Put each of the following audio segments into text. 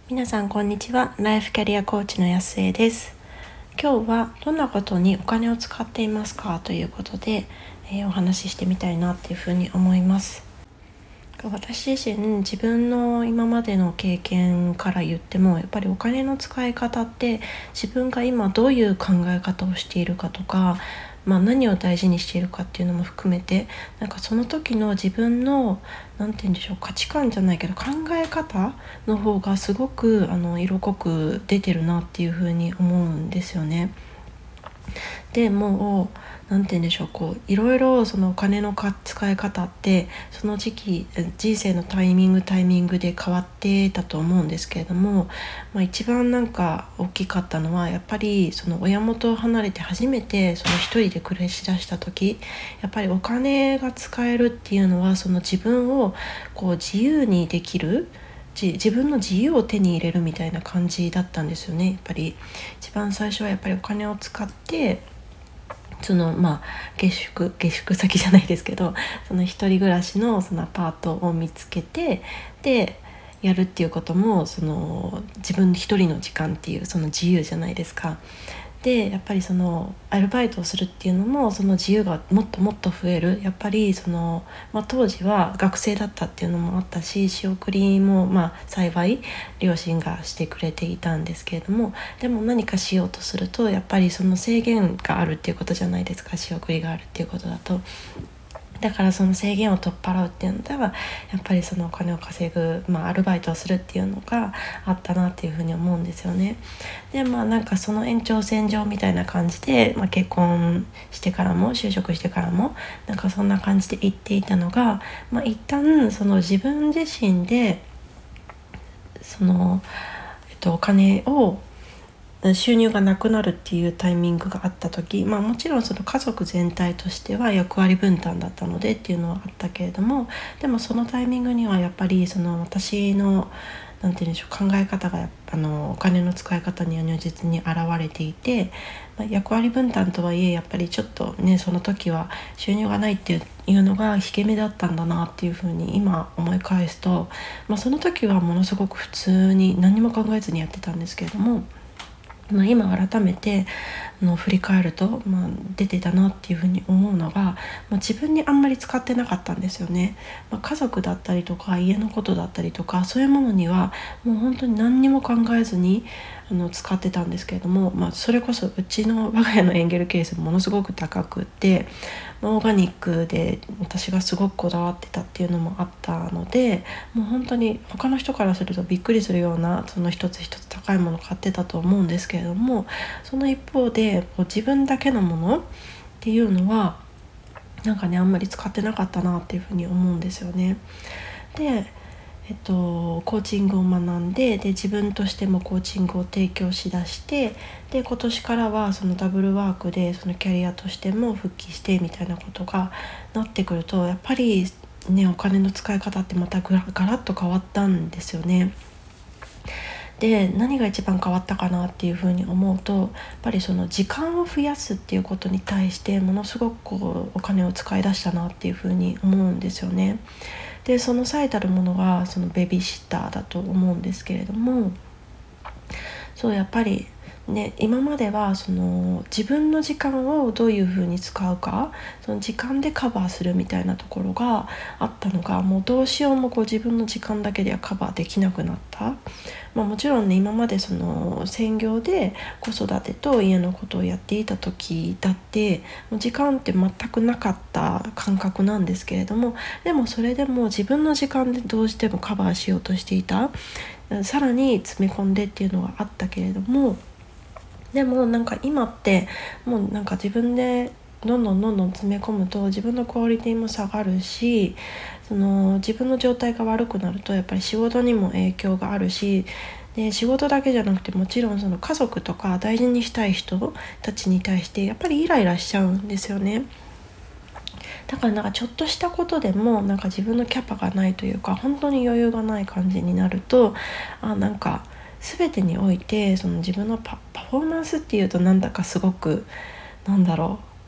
皆さんこんにちは。ライフキャリアコーチの安江です。今日はどんなことにお金を使っていますかということで、お話ししてみたいなっていうふうに思います。私自身自分の今までの経験から言っても、やっぱりお金の使い方って自分が今どういう考え方をしているかとか、何を大事にしているかっていうのも含めて、その時の自分のなんて言うんでしょう、価値観じゃないけど考え方の方がすごく色濃く出てるなっていうふうに思うんですよね。でもうなんて言うんでしょう、いろいろそのお金の使い方ってその時期人生のタイミングで変わってたと思うんですけれども、一番大きかったのはやっぱりその親元を離れて初めてその一人で暮らしだした時、やっぱりお金が使えるっていうのはその自分を自由にできる、自分の自由を手に入れるみたいな感じだったんですよね。やっぱり一番最初はやっぱりお金を使ってその下宿先じゃないですけど、その一人暮らしのそのアパートを見つけて、でやるっていうこともその自分一人の時間っていうその自由じゃないですか。でやっぱりそのアルバイトをするっていうのもその自由がもっともっと増える。やっぱりその、当時は学生だったっていうのもあったし、仕送りも幸い両親がしてくれていたんですけれども、でも何かしようとするとやっぱりその制限があるっていうことじゃないですか。仕送りがあるっていうことだと。だからその制限を取っ払うっていうのではやっぱりそのお金を稼ぐ、アルバイトをするっていうのがあったなっていうふうに思うんですよね。でその延長線上みたいな感じで、結婚してからも就職してからもそんな感じで言っていたのが、一旦その自分自身でその、お金を収入がなくなるっていうタイミングがあった時、もちろんその家族全体としては役割分担だったのでっていうのはあったけれども、でもそのタイミングにはやっぱりその私のなんて言うんでしょう、考え方がお金の使い方には如実に現れていて、役割分担とはいえやっぱりちょっとね、その時は収入がないっていうのが引け目だったんだなっていうふうに今思い返すと、その時はものすごく普通に何も考えずにやってたんですけれども、今改めて振り返ると、出てたなっていうふうに思うのが、自分にあんまり使ってなかったんですよね。家族だったりとか家のことだったりとかそういうものにはもう本当に何にも考えずに使ってたんですけれども、それこそうちの我が家のエンゲル係数ものすごく高くて、オーガニックで私がすごくこだわってたっていうのもあったので、もう本当に他の人からするとびっくりするようなその一つ一つ高いものを買ってたと思うんですけれども、その一方で自分だけのものっていうのはあんまり使ってなかったなっていうふうに思うんですよね。でコーチングを学んで、自分としてもコーチングを提供しだして、で今年からはそのダブルワークでそのキャリアとしても復帰してみたいなことがなってくると、やっぱりね、お金の使い方ってまたガラッと変わったんですよね。で何が一番変わったかなっていうふうに思うと、やっぱりその時間を増やすっていうことに対してものすごくお金を使い出したなっていうふうに思うんですよね。でその最たるものがそのベビーシッターだと思うんですけれども、やっぱりね、今まではその自分の時間をどういうふうに使うか、その時間でカバーするみたいなところがあったのが、もうどうしようも自分の時間だけではカバーできなくなった。もちろんね、今までその専業で子育てと家のことをやっていた時だってもう時間って全くなかった感覚なんですけれども、でもそれでも自分の時間でどうしてもカバーしようとしていた、さらに詰め込んでっていうのがあったけれども、でも今ってもう自分でどんどん詰め込むと自分のクオリティも下がるし、その自分の状態が悪くなるとやっぱり仕事にも影響があるし、で仕事だけじゃなくてもちろんその家族とか大事にしたい人たちに対してやっぱりイライラしちゃうんですよね。だからちょっとしたことでも自分のキャパがないというか、本当に余裕がない感じになると、全てにおいてその自分のパフォーマンスっていうとなんだかすごく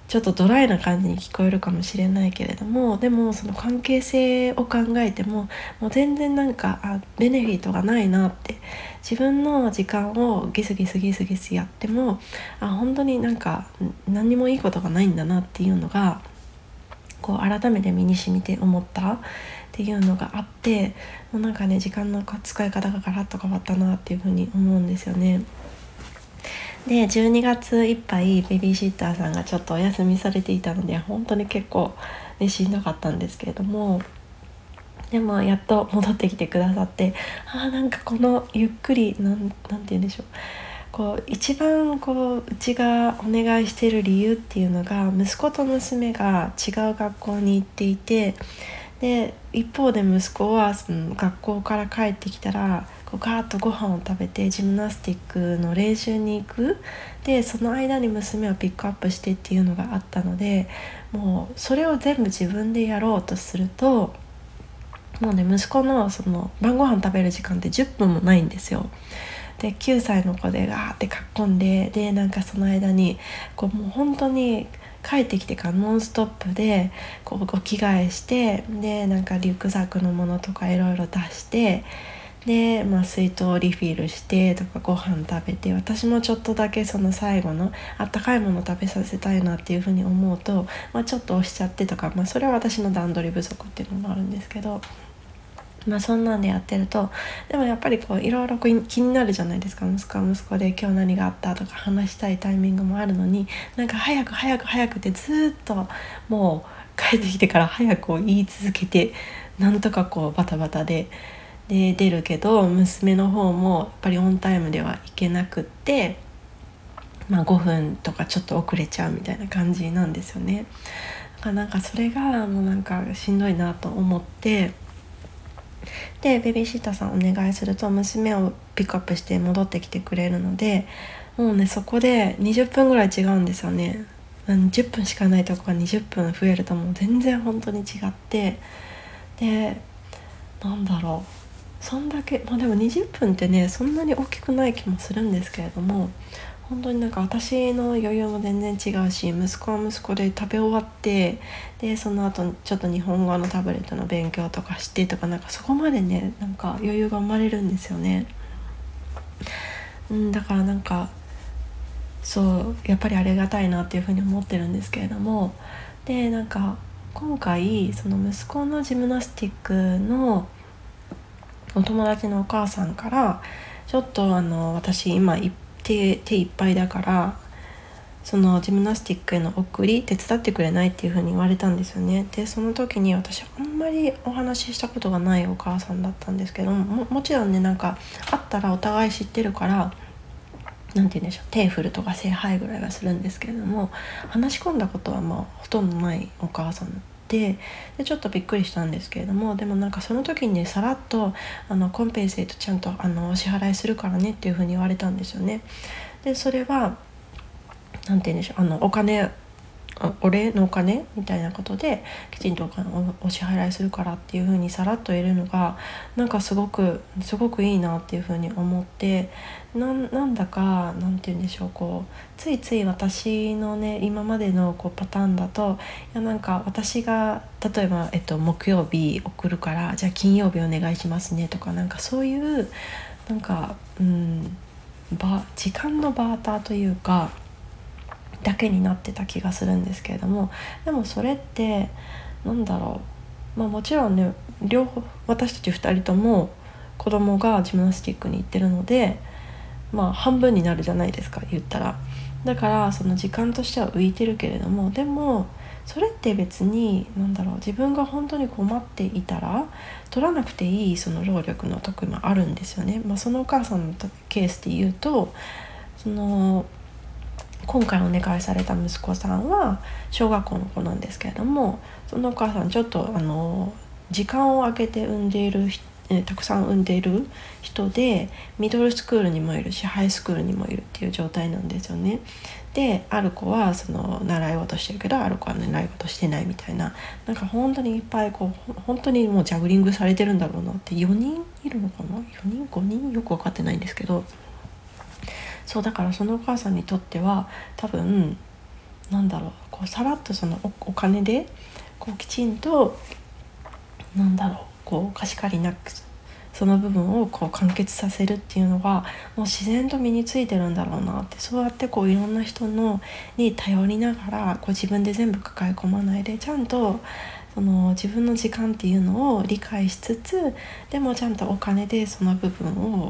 ちょっとドライな感じに聞こえるかもしれないけれども、でもその関係性を考えてももう全然なんかベネフィットがないなって、自分の時間をギスギスギスギスやっても本当になんか何にもいいことがないんだなっていうのがこう改めて身に染みて思ったっていうのがあって、もうなんかね時間の使い方がガラッと変わったなっていうふうに思うんですよね。で12月いっぱいベビーシッターさんがちょっとお休みされていたので本当に結構、ね、しんどかったんですけれども、でもやっと戻ってきてくださって、なんかこのゆっくりなんて言うんでしょう、こう一番うちがお願いしている理由っていうのが、息子と娘が違う学校に行っていて、で一方で息子はその学校から帰ってきたらガーッとご飯を食べてジムナスティックの練習に行く、でその間に娘をピックアップしてっていうのがあったので、もうそれを全部自分でやろうとすると、もうね息子のその晩ご飯食べる時間って10分もないんですよ。で9歳の子でガーって囲んで、でなんかその間にもう本当に帰ってきてからノンストップでお着替えして、でなんかリュックサックのものとかいろいろ出して、で、水筒をリフィルしてとかご飯食べて、私もちょっとだけその最後のあったかいもの食べさせたいなっていうふうに思うと、ちょっと押しちゃってとか、それは私の段取り不足っていうのもあるんですけど、そんなんでやってると、でもやっぱりいろいろ気になるじゃないですか。息子は息子で今日何があったとか話したいタイミングもあるのに、なんか早くってずっともう帰ってきてから早くを言い続けて、なんとかバタバタで出るけど、娘の方もやっぱりオンタイムではいけなくって、5分とかちょっと遅れちゃうみたいな感じなんですよね。だからなんかそれがもうなんかしんどいなと思って、でベビーシッターさんお願いすると娘をピックアップして戻ってきてくれるので、もうねそこで20分ぐらい違うんですよね。10分しかないとこが20分増えるともう全然本当に違って、でなんだろう、そんだけでも20分ってねそんなに大きくない気もするんですけれども、本当になんか私の余裕も全然違うし、息子は息子で食べ終わって、でその後ちょっと日本語のタブレットの勉強とかしてとか、なんかそこまでねなんか余裕が生まれるんですよね。だからなんかそうやっぱりありがたいなっていうふうに思ってるんですけれども、でなんか今回その息子のジムナスティックのお友達のお母さんから、ちょっと私今手いっぱいだからそのジムナスティックへの送り手伝ってくれないっていう風に言われたんですよね。でその時に私あんまりお話ししたことがないお母さんだったんですけどもちろんねなんかあったらお互い知ってるからなんて言うんでしょう、手振るとか聖杯ぐらいはするんですけれども、話し込んだことはほとんどないお母さんでちょっとびっくりしたんですけれども、でもなんかその時にねさらっとコンペンセイトちゃんとお支払いするからねっていう風に言われたんですよね。でそれはなんて言うんでしょう、お金お礼のお金みたいなことできちんとお支払いするからっていう風にさらっと言えるのがなんかすごくいいなっていう風に思って、なんだかなんて言うんでしょう、ついつい私のね今までのパターンだと、いやなんか私が例えば、木曜日送るからじゃあ金曜日お願いしますねとか、なんかそういうなんか時間のバーターというかだけになってた気がするんですけれども、でもそれってなんだろう、もちろんね両方私たち2人とも子供がジムナスティックに行ってるので、半分になるじゃないですか言ったら。だからその時間としては浮いてるけれども、でもそれって別に自分が本当に困っていたら取らなくていいその労力の時もあるんですよね。そのお母さんのケースで言うと、その今回お願いされた息子さんは小学校の子なんですけれども、そのお母さんちょっと時間を空けて産んでいるたくさん産んでいる人で、ミドルスクールにもいるしハイスクールにもいるっていう状態なんですよね。である子はその習い事してるけどある子は習い事してないみたいな、なんか本当にいっぱい本当にもうジャグリングされてるんだろうなって。4人いるのかな、4人5人よく分かってないんですけど、そうだからそのお母さんにとっては多分こうさらっとそのお金でこうきちんとこう貸し借りなくその部分をこう完結させるっていうのがもう自然と身についてるんだろうなって、そうやってこういろんな人に頼りながらこう自分で全部抱え込まないで、ちゃんとその自分の時間っていうのを理解しつつ、でもちゃんとお金でその部分を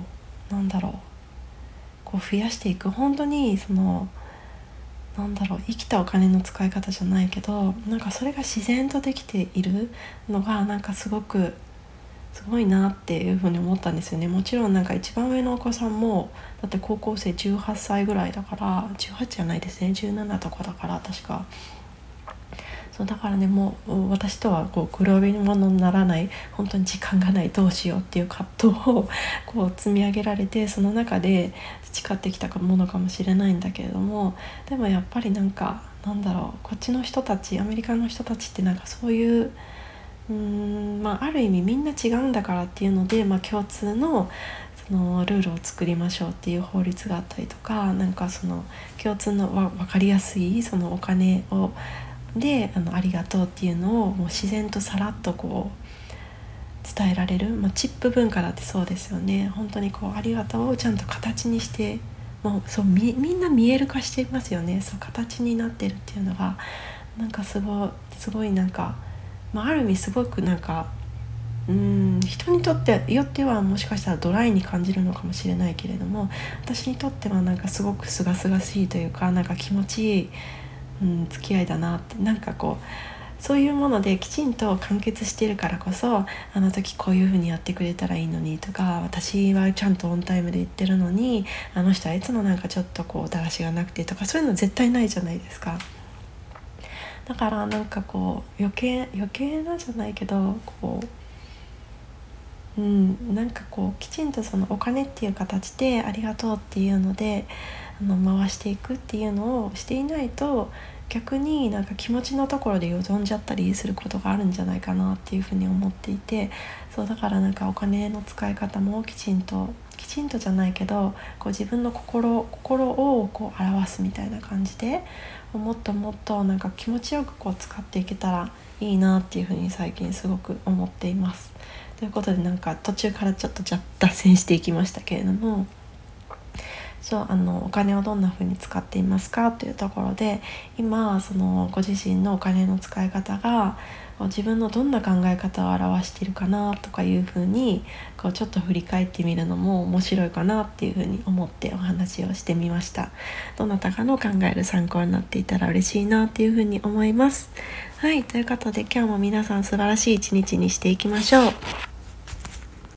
こう増やしていく、本当にその生きたお金の使い方じゃないけど、それが自然とできているのがすごいなっていうふうに思ったんですよね。もちろん一番上のお子さんもだって高校生18歳ぐらいだから、18じゃないですね、17とかだから確か。そうだからね、もう私とはこう比べ物にならない、本当に時間がない、どうしようっていう葛藤をこう積み上げられて、その中で培ってきたものかもしれないんだけれども、でもやっぱりこっちの人たち、アメリカの人たちってそういうある意味みんな違うんだからっていうので、共通のそのルールを作りましょうっていう法律があったりとか、その共通の分かりやすいそのお金をでありがとうっていうのをもう自然とさらっとこう伝えられる、チップ文化だってそうですよね。本当にこうありがとうをちゃんと形にして、もうみんな見える化していますよね。そう形になってるっていうのがすごいある意味すごく人にとってよってはもしかしたらドライに感じるのかもしれないけれども、私にとってはすごく清々しいというか気持ちいい、付き合いだなって、そういうものできちんと完結しているからこそ、あの時こういう風にやってくれたらいいのにとか、私はちゃんとオンタイムで言ってるのにあの人はいつもちょっとこうだらしがなくてとか、そういうの絶対ないじゃないですか。だからこう余計なじゃないけどこうこうきちんとそのお金っていう形でありがとうっていうので回していくっていうのをしていないと、逆に気持ちのところでよどんじゃったりすることがあるんじゃないかなっていうふうに思っていて、そうだからお金の使い方もきちんとじゃないけどこう自分の心をこう表すみたいな感じでもっともっと気持ちよくこう使っていけたらいいなっていうふうに最近すごく思っています。ということで途中からちょっと脱線していきましたけれども、お金をどんな風に使っていますかというところで、今そのご自身のお金の使い方が自分のどんな考え方を表しているかなとかいう風にこうちょっと振り返ってみるのも面白いかなっていう風に思ってお話をしてみました。どなたかの考える参考になっていたら嬉しいなっていう風に思います。はい、ということで今日も皆さん素晴らしい一日にしていきましょう。